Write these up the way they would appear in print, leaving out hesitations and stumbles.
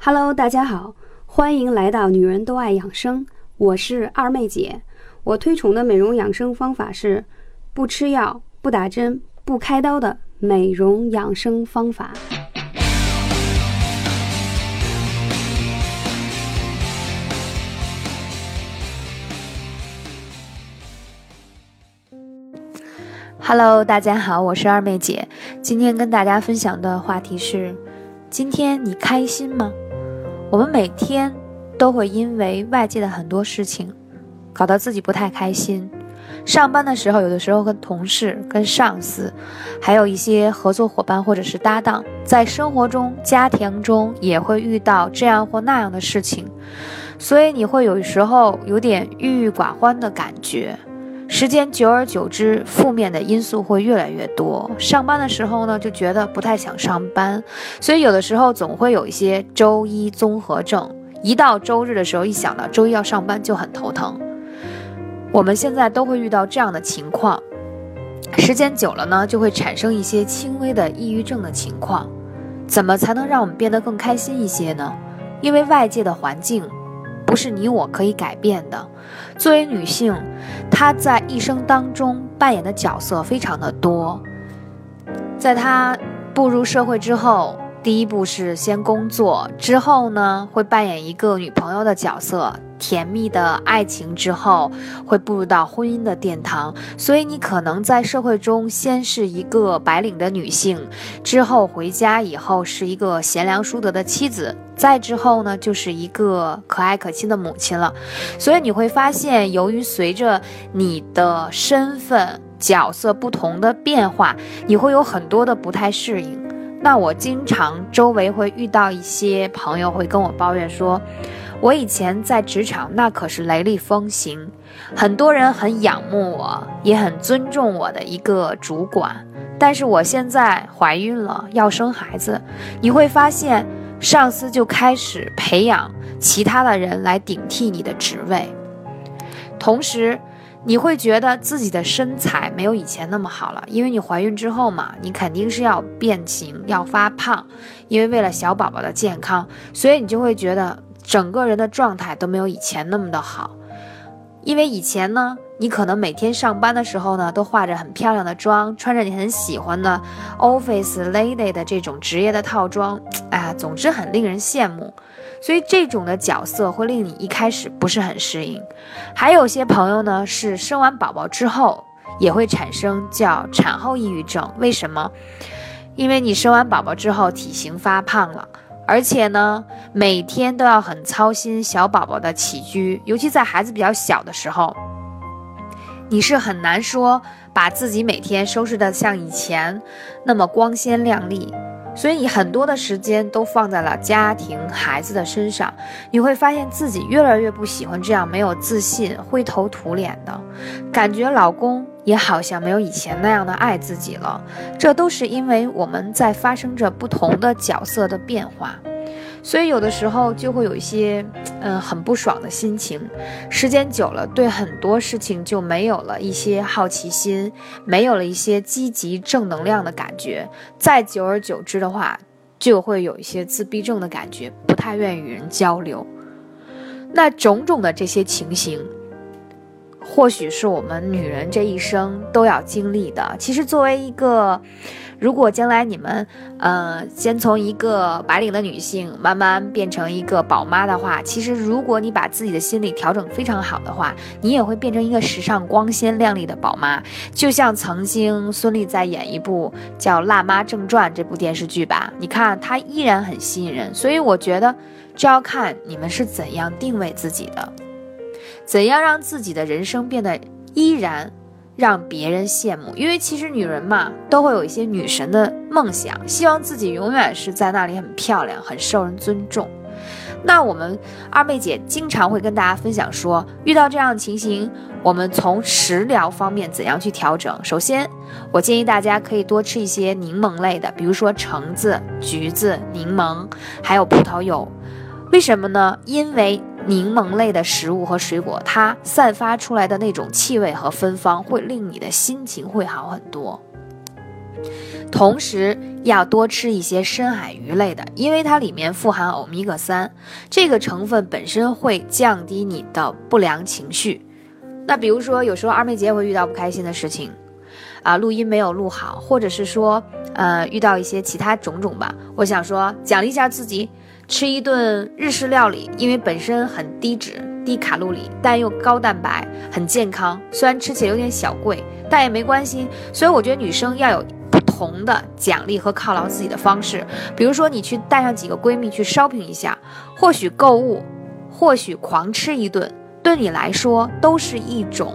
Hello， 大家好，欢迎来到女人都爱养生，我是二妹姐。我推崇的美容养生方法是不吃药、不打针、不开刀的美容养生方法。 Hello， 大家好，我是二妹姐。今天跟大家分享的话题是：今天你开心吗？我们每天都会因为外界的很多事情搞得自己不太开心。上班的时候，有的时候跟同事、跟上司，还有一些合作伙伴或者是搭档，在生活中、家庭中也会遇到这样或那样的事情，所以你会有时候有点郁郁寡欢的感觉。时间久而久之，负面的因素会越来越多。上班的时候呢，就觉得不太想上班，所以有的时候总会有一些周一综合症。一到周日的时候，一想到周一要上班就很头疼。我们现在都会遇到这样的情况，时间久了呢，就会产生一些轻微的抑郁症的情况。怎么才能让我们变得更开心一些呢？因为外界的环境不是你我可以改变的。作为女性，她在一生当中扮演的角色非常的多。在她步入社会之后，第一步是先工作，之后呢会扮演一个女朋友的角色，甜蜜的爱情之后会步入到婚姻的殿堂。所以你可能在社会中先是一个白领的女性，之后回家以后是一个贤良淑德的妻子，再之后呢就是一个可爱可亲的母亲了。所以你会发现，由于随着你的身份角色不同的变化，你会有很多的不太适应。那我经常周围会遇到一些朋友会跟我抱怨说，我以前在职场那可是雷厉风行，很多人很仰慕我，也很尊重我的一个主管，但是我现在怀孕了，要生孩子，你会发现上司就开始培养其他的人来顶替你的职位，同时你会觉得自己的身材没有以前那么好了，因为你怀孕之后嘛，你肯定是要变形，要发胖，因为为了小宝宝的健康，所以你就会觉得整个人的状态都没有以前那么的好。因为以前呢，你可能每天上班的时候呢，都化着很漂亮的妆，穿着你很喜欢的 office lady 的这种职业的套装，总之很令人羡慕。所以这种的角色会令你一开始不是很适应。还有些朋友呢，是生完宝宝之后也会产生叫产后抑郁症。为什么？因为你生完宝宝之后体型发胖了，而且呢每天都要很操心小宝宝的起居，尤其在孩子比较小的时候，你是很难说把自己每天收拾得像以前那么光鲜亮丽，所以你很多的时间都放在了家庭孩子的身上。你会发现自己越来越不喜欢这样没有自信灰头土脸的感觉，老公也好像没有以前那样的爱自己了。这都是因为我们在发生着不同的角色的变化，所以有的时候就会有一些很不爽的心情。时间久了，对很多事情就没有了一些好奇心，没有了一些积极正能量的感觉。再久而久之的话，就会有一些自闭症的感觉，不太愿意与人交流。那种种的这些情形，或许是我们女人这一生都要经历的。其实作为一个，如果将来你们先从一个白领的女性慢慢变成一个宝妈的话，其实如果你把自己的心理调整非常好的话，你也会变成一个时尚光鲜亮丽的宝妈。就像曾经孙俪在演一部叫《辣妈正传》这部电视剧吧，你看她依然很吸引人。所以我觉得这要看你们是怎样定位自己的，怎样让自己的人生变得依然让别人羡慕。因为其实女人嘛，都会有一些女神的梦想，希望自己永远是在那里很漂亮，很受人尊重。那我们二妹姐经常会跟大家分享说，遇到这样的情形，我们从食疗方面怎样去调整。首先我建议大家可以多吃一些柠檬类的，比如说橙子、橘子、柠檬还有葡萄柚。为什么呢？因为柠檬类的食物和水果，它散发出来的那种气味和芬芳会令你的心情会好很多。 同时要多吃一些深海鱼类的，因为它里面富含欧米伽3，这个成分本身会降低你的不良情绪。那比如说有时候二妹姐也会遇到不开心的事情录音没有录好，或者是说遇到一些其他种种吧，我想说奖励一下自己，吃一顿日式料理，因为本身很低脂低卡路里，但又高蛋白，很健康，虽然吃起来有点小贵，但也没关系。所以我觉得女生要有不同的奖励和犒劳自己的方式，比如说你去带上几个闺蜜去 shopping 一下，或许购物，或许狂吃一顿，对你来说都是一种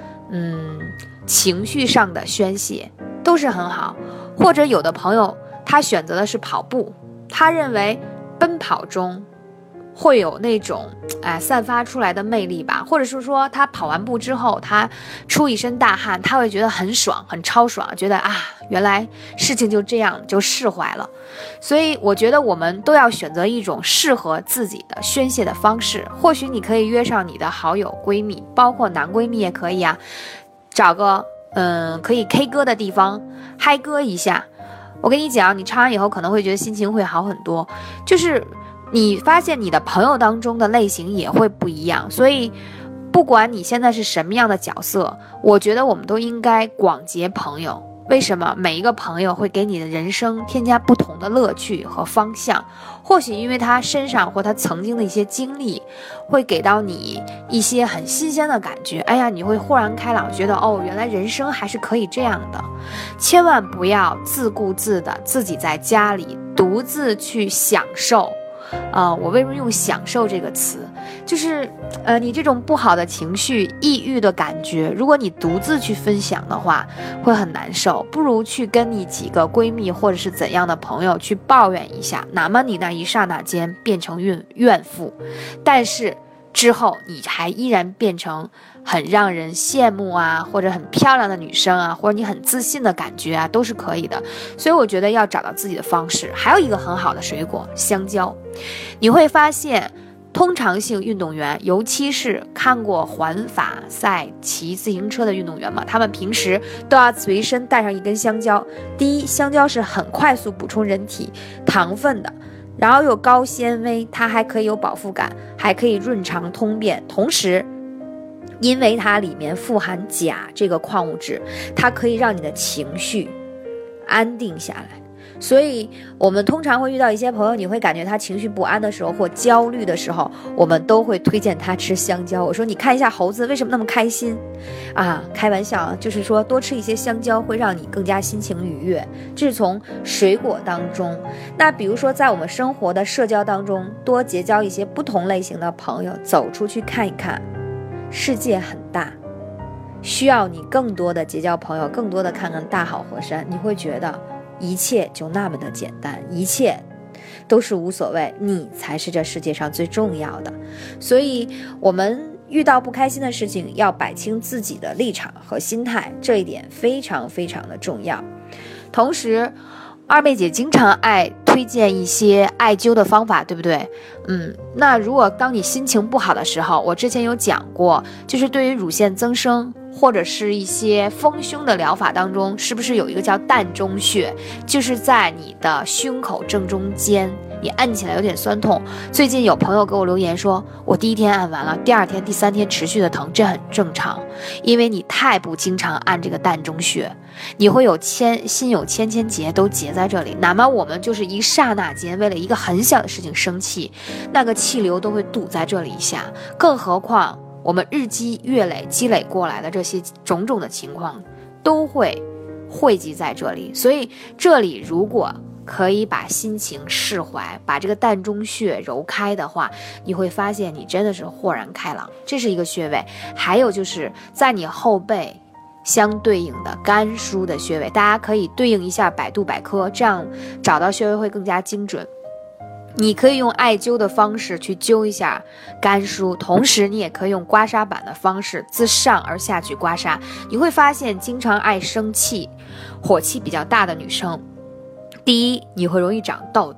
情绪上的宣泄，都是很好。或者有的朋友他选择的是跑步，他认为奔跑中会有那种散发出来的魅力吧，或者是说他跑完步之后他出一身大汗，他会觉得很爽，很超爽，觉得原来事情就这样，就释怀了。所以我觉得我们都要选择一种适合自己的宣泄的方式。或许你可以约上你的好友闺蜜，包括男闺蜜也可以找个可以 K 歌的地方嗨歌一下。我跟你讲，你唱完以后可能会觉得心情会好很多，就是你发现你的朋友当中的类型也会不一样。所以不管你现在是什么样的角色，我觉得我们都应该广结朋友。为什么？每一个朋友会给你的人生添加不同的乐趣和方向，或许因为他身上或他曾经的一些经历会给到你一些很新鲜的感觉，你会豁然开朗，觉得原来人生还是可以这样的。千万不要自顾自的自己在家里独自去享受我为什么用享受这个词，就是你这种不好的情绪抑郁的感觉，如果你独自去分享的话会很难受，不如去跟你几个闺蜜或者是怎样的朋友去抱怨一下，哪怕你那一刹那间变成怨妇，但是之后你还依然变成很让人羡慕或者很漂亮的女生或者你很自信的感觉都是可以的。所以我觉得要找到自己的方式。还有一个很好的水果，香蕉。你会发现通常性运动员，尤其是看过环法赛骑自行车的运动员嘛，他们平时都要随身带上一根香蕉。第一，香蕉是很快速补充人体糖分的，然后有高纤维，它还可以有饱腹感，还可以润肠通便。同时因为它里面富含钾这个矿物质，它可以让你的情绪安定下来。所以我们通常会遇到一些朋友，你会感觉他情绪不安的时候或焦虑的时候，我们都会推荐他吃香蕉。我说你看一下猴子为什么那么开心开玩笑就是说多吃一些香蕉会让你更加心情愉悦，这是从水果当中。那比如说在我们生活的社交当中，多结交一些不同类型的朋友，走出去看一看，世界很大，需要你更多的结交朋友，更多的看看大好河山，你会觉得一切就那么的简单，一切都是无所谓，你才是这世界上最重要的。所以我们遇到不开心的事情，要摆清自己的立场和心态，这一点非常非常的重要。同时二妹姐经常爱推荐一些艾灸的方法，对不对？那如果当你心情不好的时候，我之前有讲过，就是对于乳腺增生或者是一些丰胸的疗法当中，是不是有一个叫膻中穴，就是在你的胸口正中间，你按起来有点酸痛。最近有朋友给我留言说，我第一天按完了，第二天第三天持续的疼，这很正常，因为你太不经常按这个膻中穴，你会有心有千结都结在这里，哪怕我们就是一刹那间为了一个很小的事情生气，那个气流都会堵在这里一下，更何况我们日积月累积累过来的这些种种的情况都会汇集在这里。所以这里如果可以把心情释怀，把这个膻中穴揉开的话，你会发现你真的是豁然开朗，这是一个穴位。还有就是在你后背相对应的肝腧的穴位，大家可以对应一下百度百科，这样找到穴位会更加精准。你可以用艾灸的方式去灸一下肝腧，同时你也可以用刮痧板的方式自上而下去刮痧。你会发现经常爱生气火气比较大的女生，第一，你会容易长痘痘，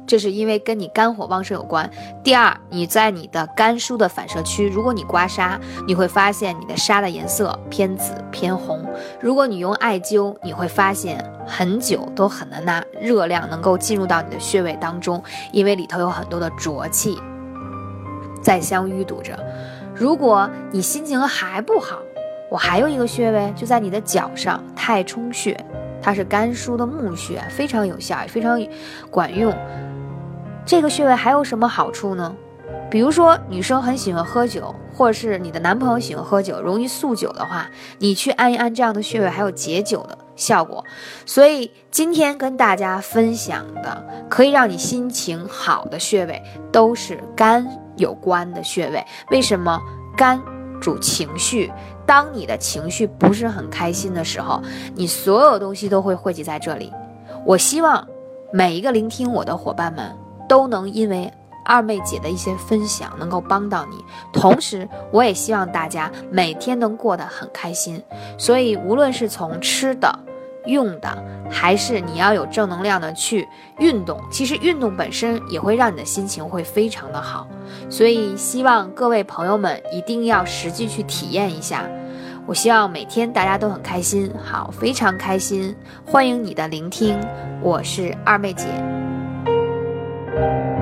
这是因为跟你肝火旺盛有关。第二，你在你的肝腧的反射区，如果你刮痧，你会发现你的痧的颜色偏紫偏红。如果你用艾灸，你会发现很久都很难拿热量能够进入到你的穴位当中，因为里头有很多的浊气在相淤堵着。如果你心情还不好，我还有一个穴位就在你的脚上，太冲穴，它是肝腧的募穴，非常有效，也非常管用。这个穴位还有什么好处呢？比如说女生很喜欢喝酒，或者是你的男朋友喜欢喝酒，容易宿酒的话，你去按一按这样的穴位，还有解酒的效果。所以今天跟大家分享的可以让你心情好的穴位，都是肝有关的穴位。为什么？肝主情绪，当你的情绪不是很开心的时候，你所有东西都会汇集在这里。我希望每一个聆听我的伙伴们都能因为二妹姐的一些分享能够帮到你，同时我也希望大家每天能过得很开心。所以无论是从吃的用的，还是你要有正能量的去运动，其实运动本身也会让你的心情会非常的好。所以希望各位朋友们一定要实际去体验一下。我希望每天大家都很开心，好，非常开心，欢迎你的聆听，我是二妹姐。